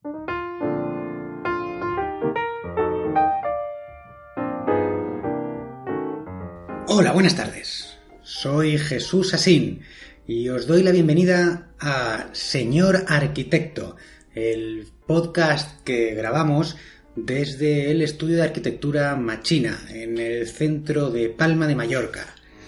Hola, buenas tardes. Soy Jesús Asín y os doy la bienvenida a Señor Arquitecto, el podcast que grabamos desde el estudio de arquitectura Machina, en el centro de Palma de Mallorca.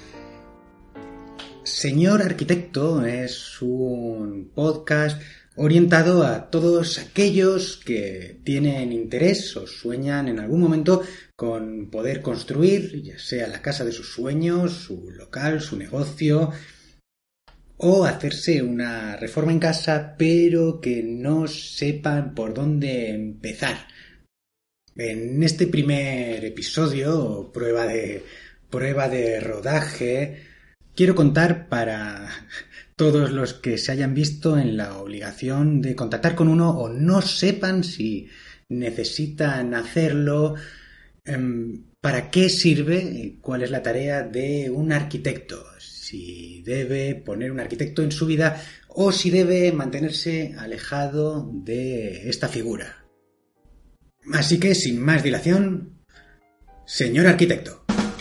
Señor Arquitecto es un podcast orientado a todos aquellos que tienen interés o sueñan en algún momento con poder construir, ya sea la casa de sus sueños, su local, su negocio, o hacerse una reforma en casa, pero que no sepan por dónde empezar. En este primer episodio, prueba de rodaje, quiero contar para todos los que se hayan visto en la obligación de contactar con uno o no sepan si necesitan hacerlo, para qué sirve y cuál es la tarea de un arquitecto, si debe poner un arquitecto en su vida o si debe mantenerse alejado de esta figura. Así que, sin más dilación, señor arquitecto.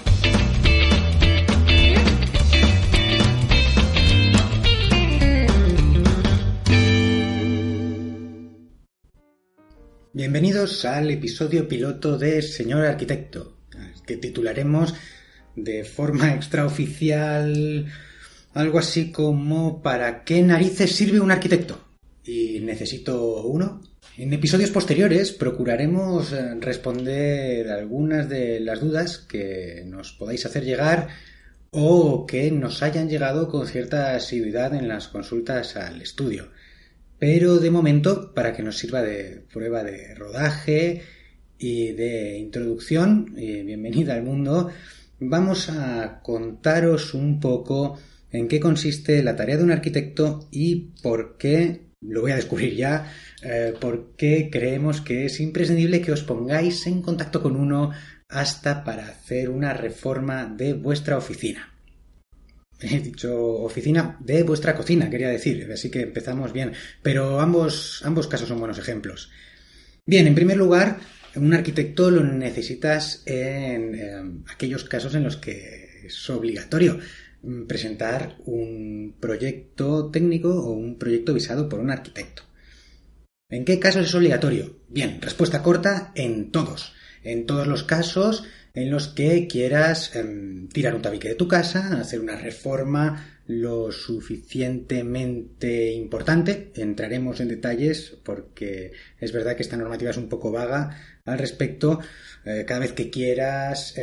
Bienvenidos al episodio piloto de Señor Arquitecto, que titularemos de forma extraoficial algo así como ¿para qué narices sirve un arquitecto? ¿Y necesito uno? En episodios posteriores procuraremos responder algunas de las dudas que nos podáis hacer llegar o que nos hayan llegado con cierta asiduidad en las consultas al estudio. Pero de momento, para que nos sirva de prueba de rodaje y de introducción y bienvenida al mundo, vamos a contaros un poco en qué consiste la tarea de un arquitecto y por qué, lo voy a descubrir ya, por qué creemos que es imprescindible que os pongáis en contacto con uno hasta para hacer una reforma de vuestra oficina. He dicho oficina de vuestra cocina, quería decir, así que empezamos bien. Pero ambos casos son buenos ejemplos. Bien, en primer lugar, un arquitecto lo necesitas en aquellos casos en los que es obligatorio presentar un proyecto técnico o un proyecto visado por un arquitecto. ¿En qué casos es obligatorio? Bien, respuesta corta, en todos. En todos los casos en los que quieras tirar un tabique de tu casa, hacer una reforma lo suficientemente importante. Entraremos en detalles porque es verdad que esta normativa es un poco vaga al respecto. Cada vez que quieras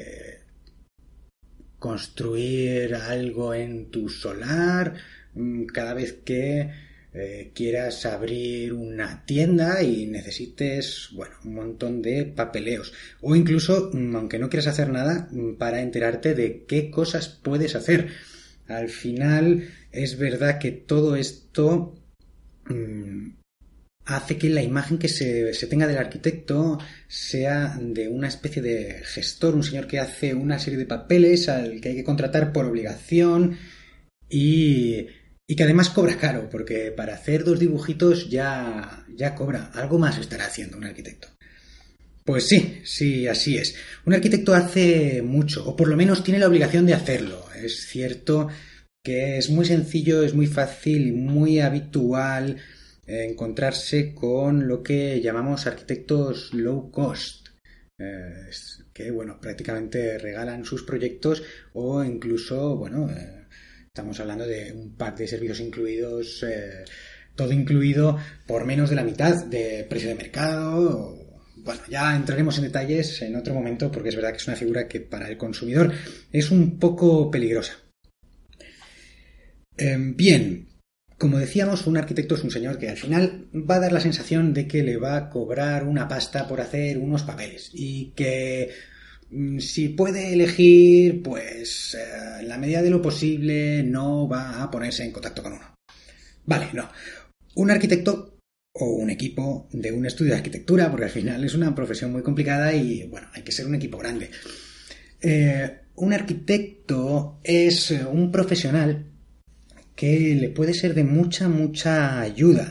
construir algo en tu solar, cada vez que quieras abrir una tienda y necesites, un montón de papeleos. O incluso, aunque no quieras hacer nada, para enterarte de qué cosas puedes hacer. Al final, es verdad que todo esto hace que la imagen que se tenga del arquitecto sea de una especie de gestor, un señor que hace una serie de papeles al que hay que contratar por obligación y que además cobra caro, porque para hacer 2 dibujitos ya cobra. Algo más estará haciendo un arquitecto. Pues sí, así es. Un arquitecto hace mucho, o por lo menos tiene la obligación de hacerlo. Es cierto que es muy sencillo, es muy fácil y muy habitual encontrarse con lo que llamamos arquitectos low cost, que prácticamente regalan sus proyectos o incluso, estamos hablando de un pack de servicios incluidos, todo incluido por menos de la mitad de precio de mercado. Ya entraremos en detalles en otro momento porque es verdad que es una figura que para el consumidor es un poco peligrosa. Bien, como decíamos, un arquitecto es un señor que al final va a dar la sensación de que le va a cobrar una pasta por hacer unos papeles y que si puede elegir, pues en la medida de lo posible no va a ponerse en contacto con uno. Vale, no. Un arquitecto o un equipo de un estudio de arquitectura, porque al final es una profesión muy complicada y hay que ser un equipo grande. Un arquitecto es un profesional que le puede ser de mucha ayuda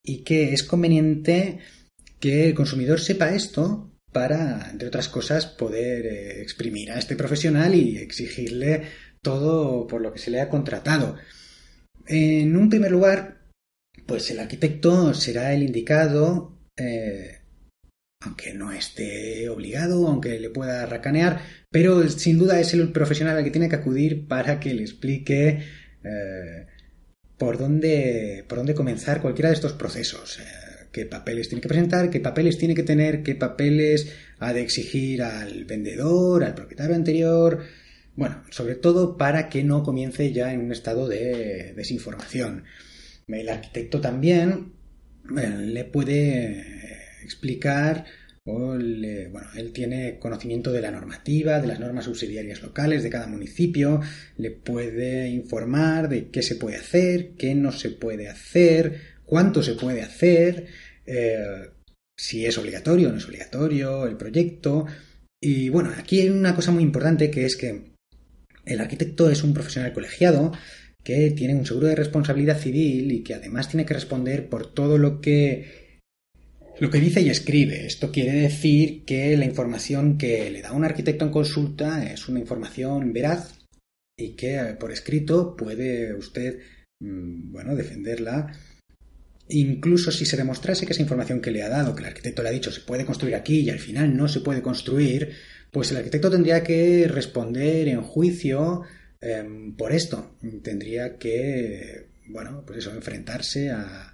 y que es conveniente que el consumidor sepa esto para, entre otras cosas, poder exprimir a este profesional y exigirle todo por lo que se le ha contratado. En un primer lugar, pues el arquitecto será el indicado, aunque no esté obligado, aunque le pueda racanear, pero sin duda es el profesional al que tiene que acudir para que le explique por dónde comenzar cualquiera de estos procesos. Qué papeles tiene que presentar, qué papeles tiene que tener, qué papeles ha de exigir al vendedor, al propietario anterior. Bueno, sobre todo para que no comience ya en un estado de desinformación. El arquitecto también le puede explicar él tiene conocimiento de la normativa, de las normas subsidiarias locales de cada municipio, le puede informar de qué se puede hacer, qué no se puede hacer, cuánto se puede hacer, si es obligatorio o no es obligatorio el proyecto. Y bueno, aquí hay una cosa muy importante, que es que el arquitecto es un profesional colegiado que tiene un seguro de responsabilidad civil y que además tiene que responder por todo lo que dice y escribe. Esto quiere decir que la información que le da un arquitecto en consulta es una información veraz y que por escrito puede usted defenderla. Incluso si se demostrase que esa información que le ha dado, que el arquitecto le ha dicho se puede construir aquí y al final no se puede construir, pues el arquitecto tendría que responder en juicio por esto. Tendría que, enfrentarse a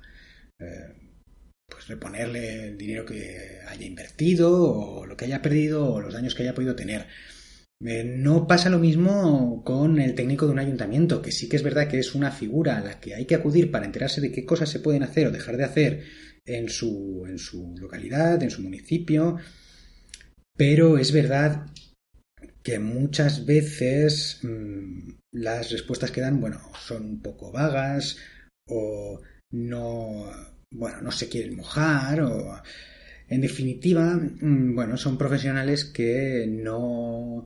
reponerle el dinero que haya invertido o lo que haya perdido o los daños que haya podido tener. No pasa lo mismo con el técnico de un ayuntamiento, que sí que es verdad que es una figura a la que hay que acudir para enterarse de qué cosas se pueden hacer o dejar de hacer en su localidad, en su municipio, pero es verdad que muchas veces las respuestas que dan, son un poco vagas o no se quieren mojar o, en definitiva, son profesionales que no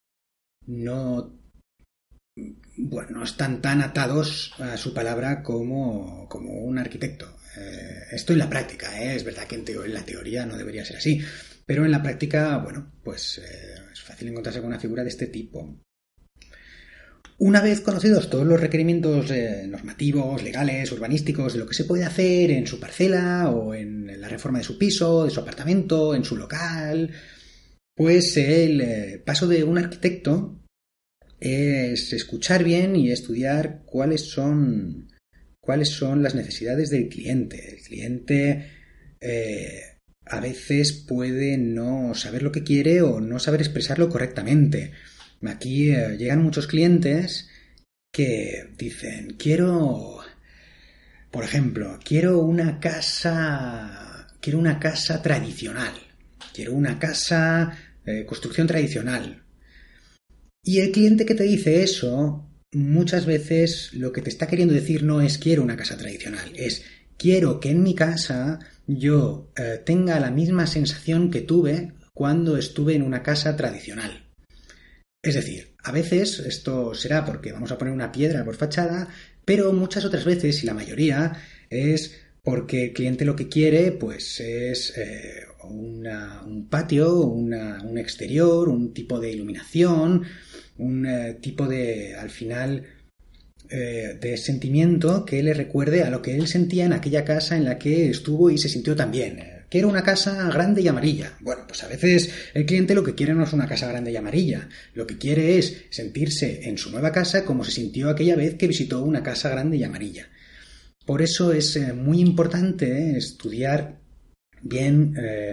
están tan atados a su palabra como un arquitecto. Esto en la práctica, es verdad que en la teoría no debería ser así, pero en la práctica, es fácil encontrarse con una figura de este tipo. Una vez conocidos todos los requerimientos normativos, legales, urbanísticos, de lo que se puede hacer en su parcela o en la reforma de su piso, de su apartamento, en su local, pues el paso de un arquitecto es escuchar bien y estudiar cuáles son las necesidades del cliente. El cliente a veces puede no saber lo que quiere o no saber expresarlo correctamente. Aquí llegan muchos clientes que dicen, por ejemplo, quiero una casa tradicional, quiero una casa construcción tradicional. Y el cliente que te dice eso, muchas veces lo que te está queriendo decir no es quiero una casa tradicional, es quiero que en mi casa yo tenga la misma sensación que tuve cuando estuve en una casa tradicional. Es decir, a veces esto será porque vamos a poner una piedra por fachada, pero muchas otras veces, y la mayoría, es porque el cliente lo que quiere pues es un patio, un exterior, un tipo de iluminación, un tipo de, al final, de sentimiento que le recuerde a lo que él sentía en aquella casa en la que estuvo y se sintió tan bien. Quiero una casa grande y amarilla. Bueno, pues a veces el cliente lo que quiere no es una casa grande y amarilla. Lo que quiere es sentirse en su nueva casa como se sintió aquella vez que visitó una casa grande y amarilla. Por eso es muy importante estudiar bien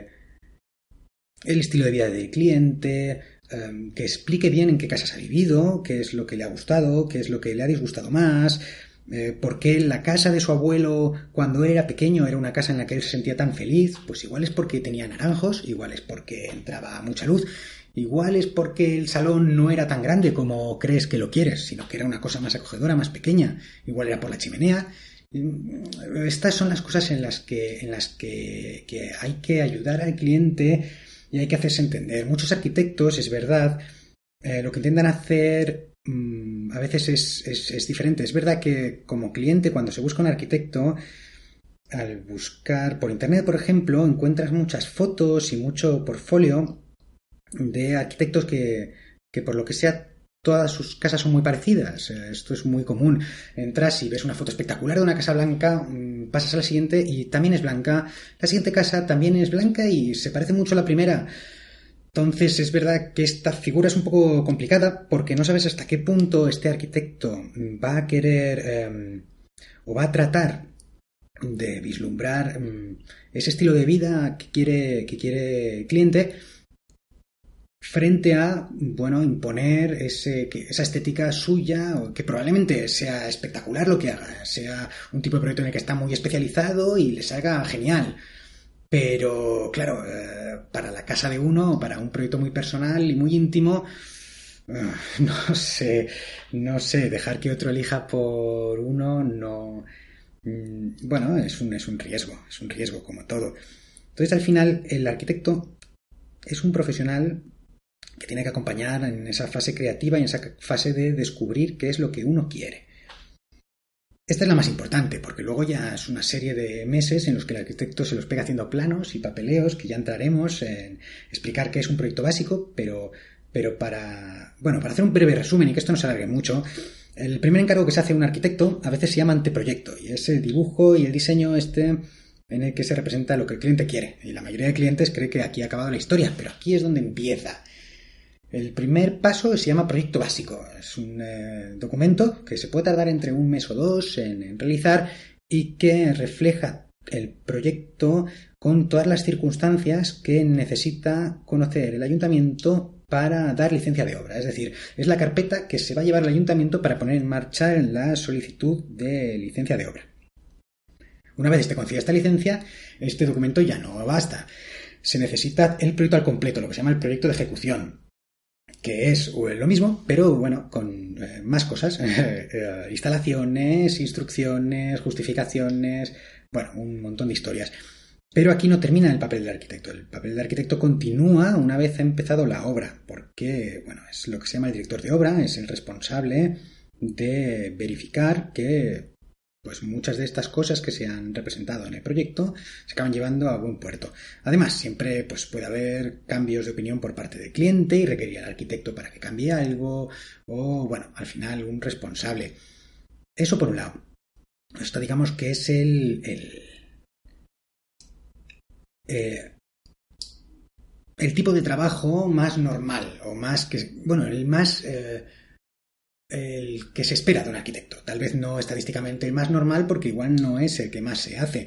el estilo de vida del cliente, que explique bien en qué casas ha vivido, qué es lo que le ha gustado, qué es lo que le ha disgustado más, por qué la casa de su abuelo cuando era pequeño era una casa en la que él se sentía tan feliz. Pues igual es porque tenía naranjos, igual es porque entraba mucha luz, igual es porque el salón no era tan grande como crees que lo quieres, sino que era una cosa más acogedora, más pequeña, igual era por la chimenea. Estas son las cosas en las que hay que ayudar al cliente y hay que hacerse entender. Muchos arquitectos, es verdad, lo que intentan hacer a veces es diferente. Es verdad que como cliente, cuando se busca un arquitecto, al buscar por internet, por ejemplo, encuentras muchas fotos y mucho portfolio de arquitectos que por lo que sea todas sus casas son muy parecidas. Esto es muy común. Entras y ves una foto espectacular de una casa blanca, pasas a la siguiente y también es blanca. La siguiente casa también es blanca y se parece mucho a la primera. Entonces es verdad que esta figura es un poco complicada porque no sabes hasta qué punto este arquitecto va a querer o va a tratar de vislumbrar ese estilo de vida que quiere el cliente frente a, bueno, imponer esa estética suya, que probablemente sea espectacular lo que haga, sea un tipo de proyecto en el que está muy especializado y le salga genial. Pero, claro, para la casa de uno, para un proyecto muy personal y muy íntimo, no sé, dejar que otro elija por uno, no. Bueno, es un riesgo como todo. Entonces, al final, el arquitecto es un profesional que tiene que acompañar en esa fase creativa y en esa fase de descubrir qué es lo que uno quiere. Esta es la más importante, porque luego ya es una serie de meses en los que el arquitecto se los pega haciendo planos y papeleos, que ya entraremos en explicar qué es un proyecto básico, pero para hacer un breve resumen y que esto no se alargue mucho, el primer encargo que se hace a un arquitecto a veces se llama anteproyecto, y es el dibujo y el diseño en el que se representa lo que el cliente quiere. Y la mayoría de clientes cree que aquí ha acabado la historia, pero aquí es donde empieza. El primer paso se llama proyecto básico. Es un documento que se puede tardar entre un mes o dos en realizar y que refleja el proyecto con todas las circunstancias que necesita conocer el ayuntamiento para dar licencia de obra. Es decir, es la carpeta que se va a llevar al ayuntamiento para poner en marcha la solicitud de licencia de obra. Una vez esté concedida esta licencia, este documento ya no basta. Se necesita el proyecto al completo, lo que se llama el proyecto de ejecución, que es lo mismo, pero bueno, con más cosas. Instalaciones, instrucciones, justificaciones, bueno, un montón de historias. Pero aquí no termina el papel del arquitecto. El papel del arquitecto continúa una vez ha empezado la obra, porque, bueno, es lo que se llama el director de obra, es el responsable de verificar que pues muchas de estas cosas que se han representado en el proyecto se acaban llevando a buen puerto. Además, siempre pues, puede haber cambios de opinión por parte del cliente y requerir al arquitecto para que cambie algo, o, bueno, al final un responsable. Eso por un lado. Esto digamos que es el tipo de trabajo más normal, o más que, bueno, el más el que se espera de un arquitecto. Tal vez no estadísticamente el más normal porque igual no es el que más se hace.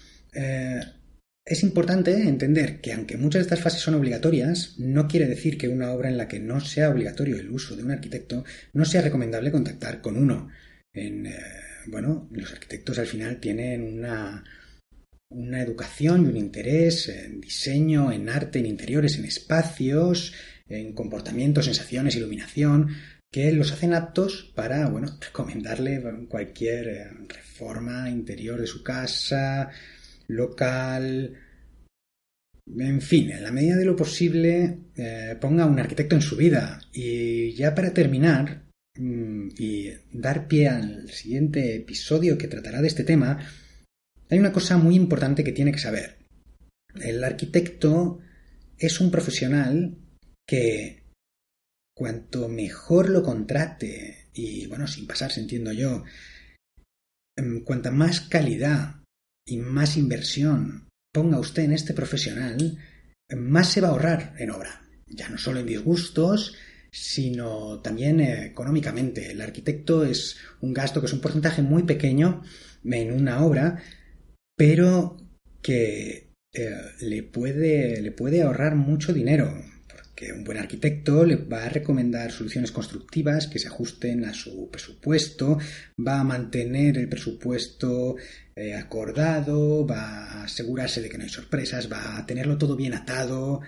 Es importante entender que aunque muchas de estas fases son obligatorias, no quiere decir que una obra en la que no sea obligatorio el uso de un arquitecto no sea recomendable contactar con uno. Los arquitectos al final tienen una educación y un interés en diseño, en arte, en interiores, en espacios, en comportamiento, sensaciones, iluminación, que los hacen aptos para, bueno, recomendarle cualquier reforma interior de su casa, local, en fin, en la medida de lo posible, ponga un arquitecto en su vida. Y ya para terminar y dar pie al siguiente episodio que tratará de este tema, hay una cosa muy importante que tiene que saber. El arquitecto es un profesional que cuanto mejor lo contrate, y bueno, sin pasarse, entiendo yo, cuanta más calidad y más inversión ponga usted en este profesional, más se va a ahorrar en obra. Ya no solo en disgustos, sino también económicamente. El arquitecto es un gasto que es un porcentaje muy pequeño en una obra, pero que le puede ahorrar mucho dinero, porque un buen arquitecto le va a recomendar soluciones constructivas que se ajusten a su presupuesto, va a mantener el presupuesto acordado, va a asegurarse de que no hay sorpresas, va a tenerlo todo bien atado,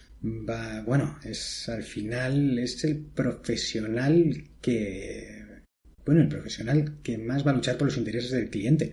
al final es el profesional el profesional que más va a luchar por los intereses del cliente.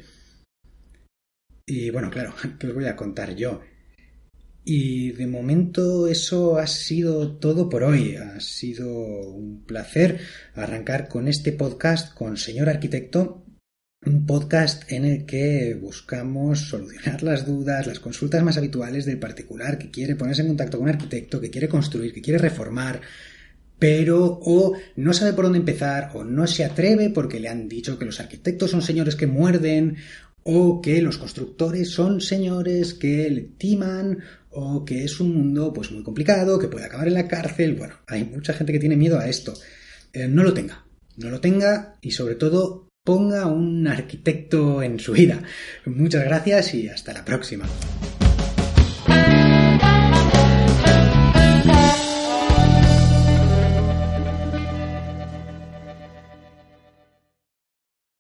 Y bueno, claro, ¿qué os voy a contar yo? Y de momento eso ha sido todo por hoy. Ha sido un placer arrancar con este podcast con Señor Arquitecto. Un podcast en el que buscamos solucionar las dudas, las consultas más habituales del particular que quiere ponerse en contacto con un arquitecto, que quiere construir, que quiere reformar, pero o no sabe por dónde empezar o no se atreve porque le han dicho que los arquitectos son señores que muerden o que los constructores son señores que le timan o que es un mundo pues muy complicado, que puede acabar en la cárcel. Bueno, hay mucha gente que tiene miedo a esto. No lo tenga y sobre todo ponga un arquitecto en su vida. Muchas gracias y hasta la próxima.